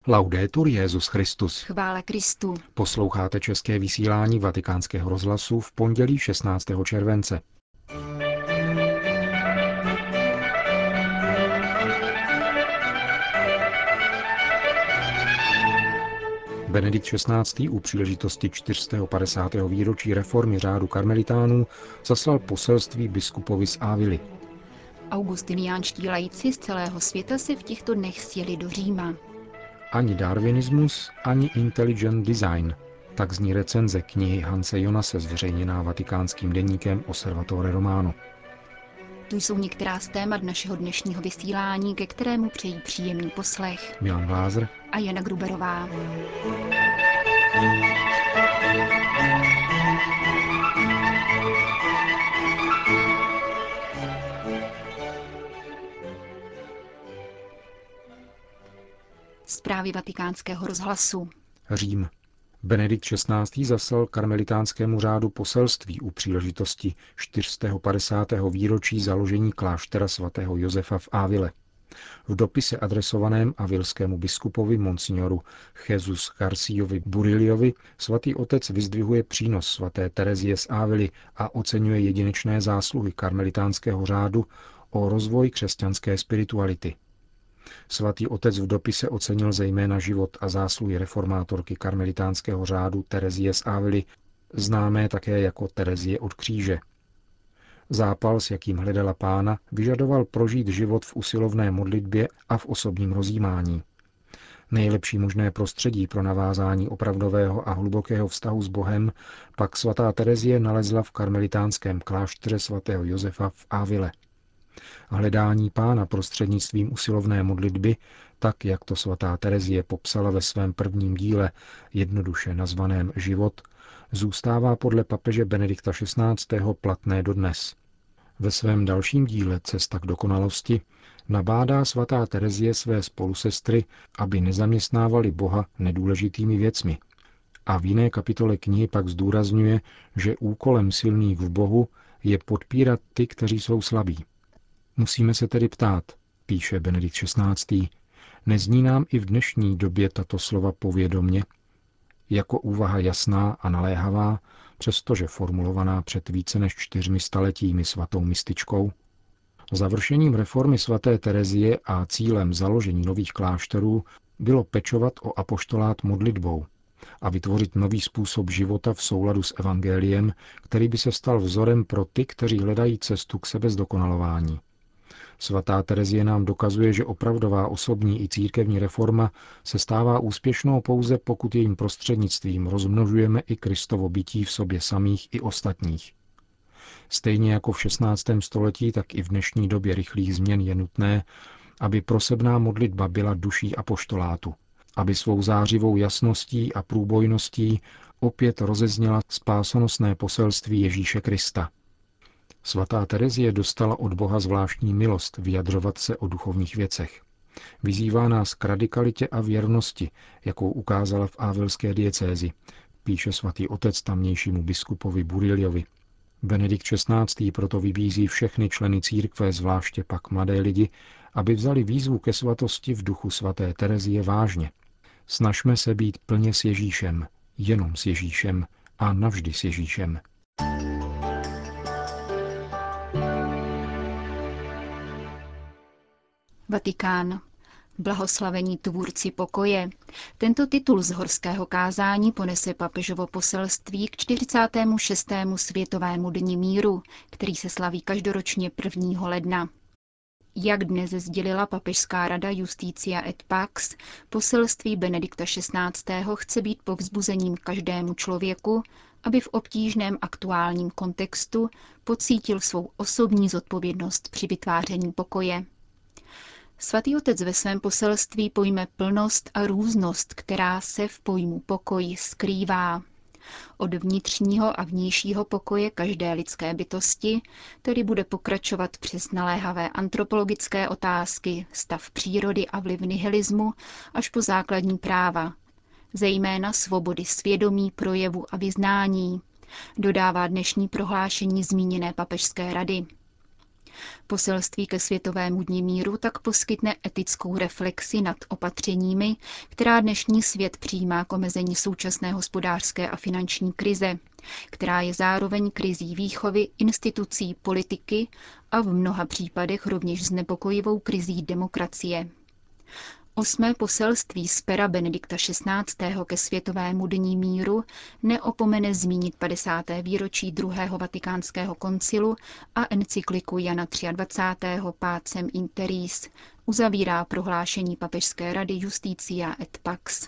Laudetur Jesus Christus. Chvála Kristu. Posloucháte české vysílání Vatikánského rozhlasu v pondělí 16. července. Benedikt XVI. U příležitosti 450. výročí reformy řádu karmelitánů zaslal poselství biskupovi z Ávily. Augustiniánští laici z celého světa se v těchto dnech sjeli do Říma. Ani darwinismus, ani intelligent design. Tak zní recenze knihy Hanse Jonase zveřejněná vatikánským deníkem Osservatore Romano. Tu jsou některá z témat našeho dnešního vysílání, ke kterému přejí příjemný poslech Milan Glázer a Jana Gruberová. Zprávy Vatikánského rozhlasu. Řím. Benedikt XVI. Zaslal karmelitánskému řádu poselství u příležitosti 450. výročí založení kláštera svatého Josefa v Ávile. V dopise adresovaném avilskému biskupovi monsignoru Jesus Garciovi Buriliovi svatý otec vyzdvihuje přínos svaté Terezie z Ávily a oceňuje jedinečné zásluhy karmelitánského řádu o rozvoj křesťanské spirituality. Svatý otec v dopise ocenil zejména život a zásluhy reformátorky karmelitánského řádu Terezie z Ávily, známé také jako Terezie od kříže. Zápal, s jakým hledala Pána, vyžadoval prožít život v usilovné modlitbě a v osobním rozjímání. Nejlepší možné prostředí pro navázání opravdového a hlubokého vztahu s Bohem pak svatá Terezie nalezla v karmelitánském klášteře svatého Josefa v Ávile. Hledání Pána prostřednictvím usilovné modlitby, tak jak to svatá Terezie popsala ve svém prvním díle, jednoduše nazvaném Život, zůstává podle papeže Benedikta XVI. Platné dodnes. Ve svém dalším díle Cesta k dokonalosti nabádá svatá Terezie své spolusestry, aby nezaměstnávali Boha nedůležitými věcmi. A v jiné kapitole knihy pak zdůrazňuje, že úkolem silných v Bohu je podpírat ty, kteří jsou slabí. Musíme se tedy ptát, píše Benedikt XVI., nezní nám i v dnešní době tato slova povědomně, jako úvaha jasná a naléhavá, přestože formulovaná před více než 4 staletími svatou mističkou? Završením reformy svaté Terezie a cílem založení nových klášterů bylo pečovat o apoštolát modlitbou a vytvořit nový způsob života v souladu s evangeliem, který by se stal vzorem pro ty, kteří hledají cestu k sebezdokonalování. Svatá Terezie nám dokazuje, že opravdová osobní i církevní reforma se stává úspěšnou pouze, pokud jejím prostřednictvím rozmnožujeme i Kristovo bytí v sobě samých i ostatních. Stejně jako v 16. století, tak i v dnešní době rychlých změn je nutné, aby prosebná modlitba byla duší apoštolátu, aby svou zářivou jasností a průbojností opět rozezněla spásonosné poselství Ježíše Krista. Svatá Terezie dostala od Boha zvláštní milost vyjadřovat se o duchovních věcech. Vyzývá nás k radikalitě a věrnosti, jakou ukázala v ávilské diecézi, píše svatý otec tamnějšímu biskupovi Buriliovi. Benedikt XVI. Proto vybízí všechny členy církve, zvláště pak mladé lidi, aby vzali výzvu ke svatosti v duchu svaté Terezie vážně. Snažme se být plně s Ježíšem, jenom s Ježíšem a navždy s Ježíšem. Vatikán. Blahoslavení tvůrci pokoje. Tento titul z horského kázání ponese papežovo poselství k 46. světovému dni míru, který se slaví každoročně 1. ledna. Jak dnes sdělila papežská rada Justitia et Pax, poselství Benedikta XVI. Chce být povzbuzením každému člověku, aby v obtížném aktuálním kontextu pocítil svou osobní zodpovědnost při vytváření pokoje. Svatý otec ve svém poselství pojme plnost a různost, která se v pojmu pokoj skrývá. Od vnitřního a vnějšího pokoje každé lidské bytosti tedy bude pokračovat přes naléhavé antropologické otázky, stav přírody a vliv nihilismu až po základní práva, zejména svobody svědomí, projevu a vyznání, dodává dnešní prohlášení zmíněné papežské rady. Poselství ke Světovému dni míru tak poskytne etickou reflexi nad opatřeními, která dnešní svět přijímá k omezení současné hospodářské a finanční krize, která je zároveň krizí výchovy, institucí, politiky a v mnoha případech rovněž znepokojivou krizí demokracie. 8. poselství z pera Benedikta XVI. Ke Světovému dni míru neopomene zmínit 50. výročí druhého vatikánského koncilu a encykliku Jana 23. Pacem in Terris, uzavírá prohlášení papežské rady Justitia et Pax.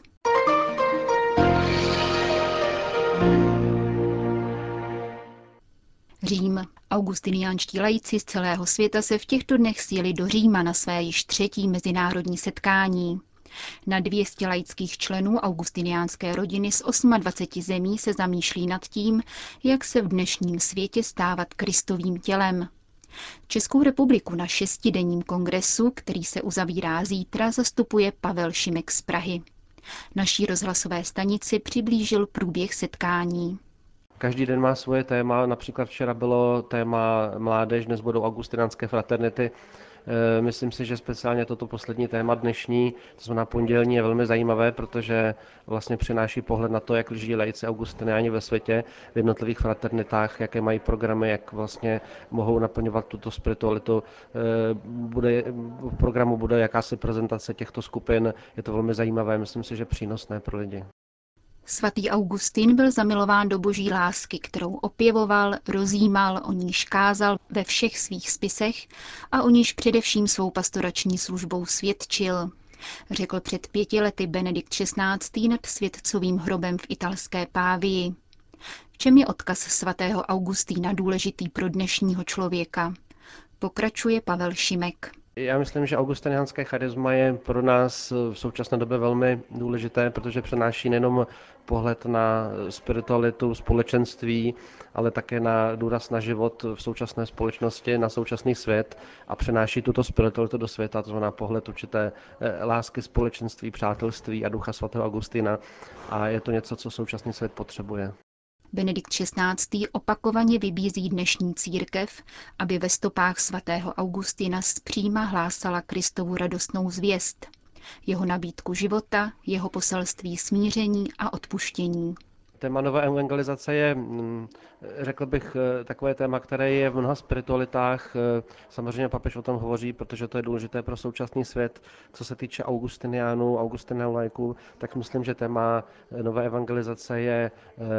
Řím. Augustiniánští laici z celého světa se v těchto dnech sjeli do Říma na své již 3. mezinárodní setkání. Na 200 laických členů augustiniánské rodiny z 28 zemí se zamýšlí nad tím, jak se v dnešním světě stávat Kristovým tělem. Českou republiku na 6denním kongresu, který se uzavírá zítra, zastupuje Pavel Šimek z Prahy. Naší rozhlasové stanici přiblížil průběh setkání. Každý den má svoje téma, například včera bylo téma mládež, dnes budou augustinánské fraternity. Myslím si, že speciálně toto poslední téma dnešní, to znamená pondělní, je velmi zajímavé, protože vlastně přináší pohled na to, jak žijí laici augustiniáni ve světě, v jednotlivých fraternitách, jaké mají programy, jak vlastně mohou naplňovat tuto spiritualitu. V programu bude jakási prezentace těchto skupin, je to velmi zajímavé, myslím si, že přínosné pro lidi. Svatý Augustin byl zamilován do boží lásky, kterou opěvoval, rozjímal, o níž kázal ve všech svých spisech a o níž především svou pastorační službou svědčil. Řekl před 5 lety Benedikt XVI. Nad světcovým hrobem v italské Pávii. V čem je odkaz svatého Augustína důležitý pro dnešního člověka? Pokračuje Pavel Šimek. Já myslím, že augustiniánské charisma je pro nás v současné době velmi důležité, protože přenáší nejenom pohled na spiritualitu, společenství, ale také na důraz na život v současné společnosti, na současný svět a přenáší tuto spiritualitu do světa, to znamená pohled určité lásky, společenství, přátelství a ducha svatého Augustina a je to něco, co současný svět potřebuje. Benedikt XVI. Opakovaně vybízí dnešní církev, aby ve stopách svatého Augustina zpříma hlásala Kristovu radostnou zvěst, jeho nabídku života, jeho poselství smíření a odpuštění. Téma nové evangelizace je, řekl bych, takové téma, které je v mnoha spiritualitách. Samozřejmě papež o tom hovoří, protože to je důležité pro současný svět. Co se týče augustiniánů, laiků, tak myslím, že téma nové evangelizace je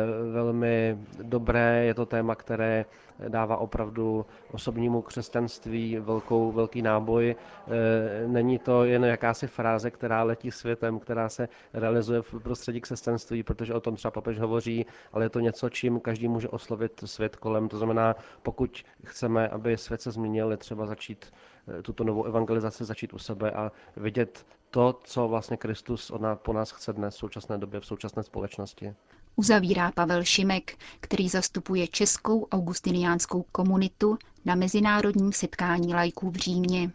velmi dobré. Je to téma, které dává opravdu osobnímu křesťanství velký náboj. Není to jen jakási fráze, která letí světem, která se realizuje v prostředí křesťanství, protože o tom třeba papež hovoří, ale je to něco, čím každý může oslovit svět kolem. To znamená, pokud chceme, aby svět se změnil, je třeba začít tuto novou evangelizaci začít u sebe a vidět to, co vlastně Kristus po nás chce dnes v současné době, v současné společnosti. Uzavírá Pavel Šimek, který zastupuje českou augustiniánskou komunitu na mezinárodním setkání laiků v Římě.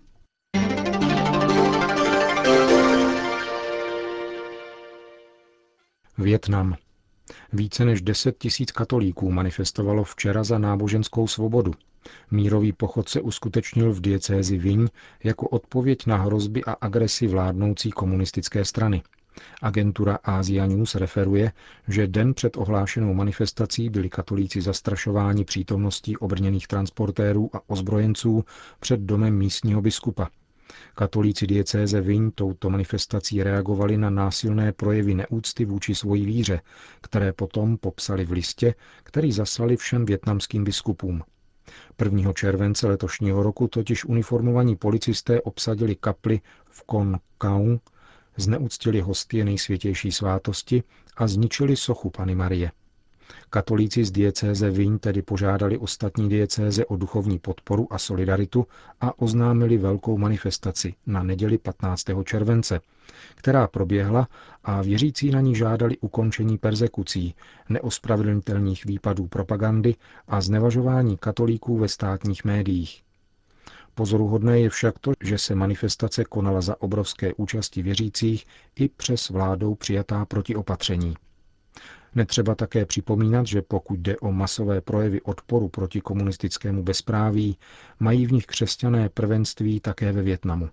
Vietnam. Více než 10 000 katolíků manifestovalo včera za náboženskou svobodu. Mírový pochod se uskutečnil v diecézi Viň jako odpověď na hrozby a agresi vládnoucí komunistické strany. Agentura Asia News referuje, že den před ohlášenou manifestací byli katolíci zastrašováni přítomností obrněných transportérů a ozbrojenců před domem místního biskupa. Katolíci diecéze Viň touto manifestací reagovali na násilné projevy neúcty vůči svojí víře, které potom popsali v listě, který zaslali všem vietnamským biskupům. 1. července letošního roku totiž uniformovaní policisté obsadili kapli v Kon Kaung, zneuctili hostie nejsvětější svátosti a zničili sochu Panny Marie. Katolíci z diecéze Viň tedy požádali ostatní diecéze o duchovní podporu a solidaritu a oznámili velkou manifestaci na neděli 15. července, která proběhla a věřící na ní žádali ukončení perzekucí, neospravedlnitelných výpadů propagandy a znevažování katolíků ve státních médiích. Pozoruhodné je však to, že se manifestace konala za obrovské účasti věřících i přes vládou přijatá protiopatření. Netřeba také připomínat, že pokud jde o masové projevy odporu proti komunistickému bezpráví, mají v nich křesťané prvenství také ve Vietnamu.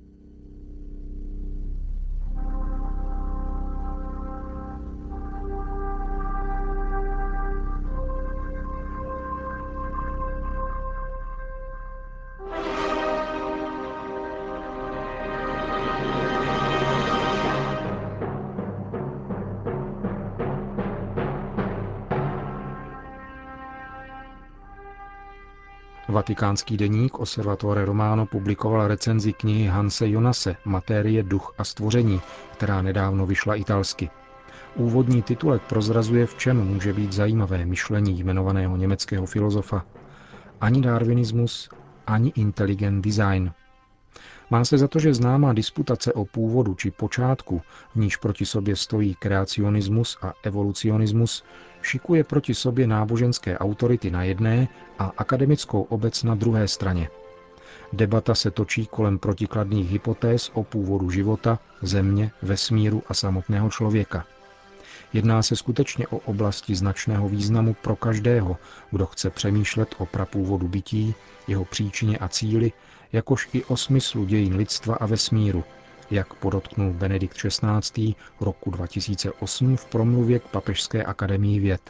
Vatikánský deník Osservatore Romano publikoval recenzi knihy Hanse Jonase Materie, duch a stvoření, která nedávno vyšla italsky. Úvodní titulek prozrazuje, v čem může být zajímavé myšlení jmenovaného německého filozofa. Ani darwinismus, ani intelligent design. Má se za to, že známá disputace o původu či počátku, v níž proti sobě stojí kreacionismus a evolucionismus, šikuje proti sobě náboženské autority na jedné a akademickou obec na druhé straně. Debata se točí kolem protikladných hypotéz o původu života, země, vesmíru a samotného člověka. Jedná se skutečně o oblasti značného významu pro každého, kdo chce přemýšlet o prapůvodu bytí, jeho příčině a cíli, jakož i o smyslu dějin lidstva a vesmíru, jak podotknul Benedikt XVI. Roku 2008 v promluvě k Papežské akademii věd.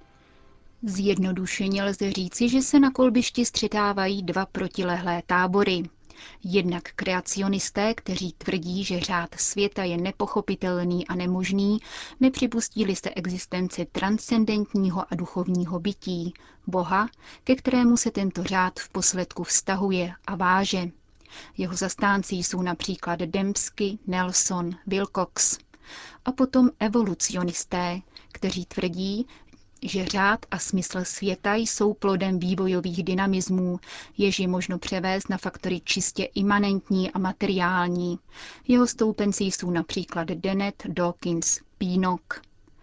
Zjednodušeně lze říci, že se na kolbišti střetávají dva protilehlé tábory. Jednak kreacionisté, kteří tvrdí, že řád světa je nepochopitelný a nemožný, nepřipustí-li se existence transcendentního a duchovního bytí, Boha, ke kterému se tento řád v posledku vztahuje a váže. Jeho zastánci jsou například Dembsky, Nelson, Wilcox. A potom evolucionisté, kteří tvrdí, že řád a smysl světa jsou plodem vývojových dynamismů, jež je možno převést na faktory čistě imanentní a materiální. Jeho stoupenci jsou například Dennett, Dawkins, Pinnock.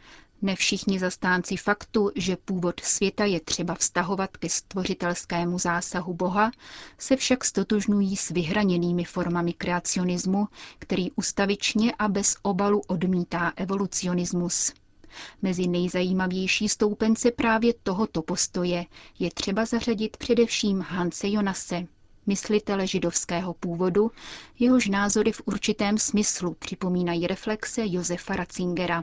Ne všichni zastánci faktu, že původ světa je třeba vztahovat ke stvořitelskému zásahu Boha, se však stotožňují s vyhraněnými formami kreacionismu, který ustavičně a bez obalu odmítá evolucionismus. Mezi nejzajímavější stoupence právě tohoto postoje je třeba zařadit především Hanse Jonase, myslitele židovského původu, jehož názory v určitém smyslu připomínají reflexe Josefa Ratzingera.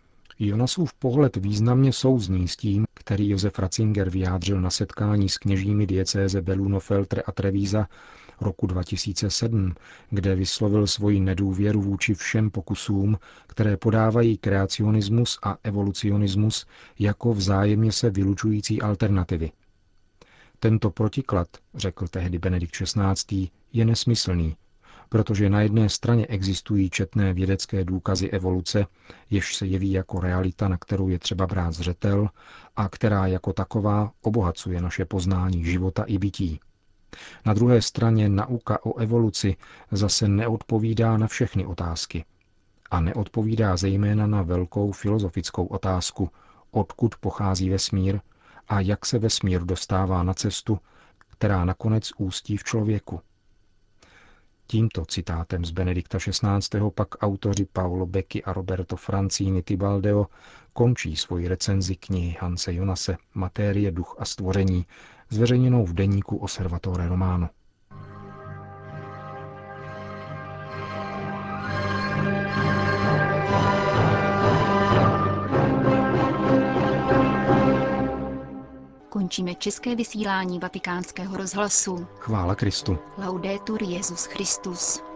Jonasův pohled významně souzní s tím, který Josef Ratzinger vyjádřil na setkání s kněžími diecéze Belluno-Feltre a Trevíza roku 2007, kde vyslovil svoji nedůvěru vůči všem pokusům, které podávají kreacionismus a evolucionismus jako vzájemně se vylučující alternativy. Tento protiklad, řekl tehdy Benedikt XVI., je nesmyslný, protože na jedné straně existují četné vědecké důkazy evoluce, jež se jeví jako realita, na kterou je třeba brát zřetel a která jako taková obohacuje naše poznání života i bytí. Na druhé straně nauka o evoluci zase neodpovídá na všechny otázky. A neodpovídá zejména na velkou filozofickou otázku, odkud pochází vesmír a jak se vesmír dostává na cestu, která nakonec ústí v člověku. Tímto citátem z Benedikta XVI. Pak autoři Paolo Becchi a Roberto Francini Tibaldeo končí svoji recenzi knihy Hanse Jonase Materie, duch a stvoření, zveřejněnou v deníku Osservatore Romano. Končíme české vysílání Vatikánského rozhlasu. Chvála Kristu. Laudetur Jesus Christus.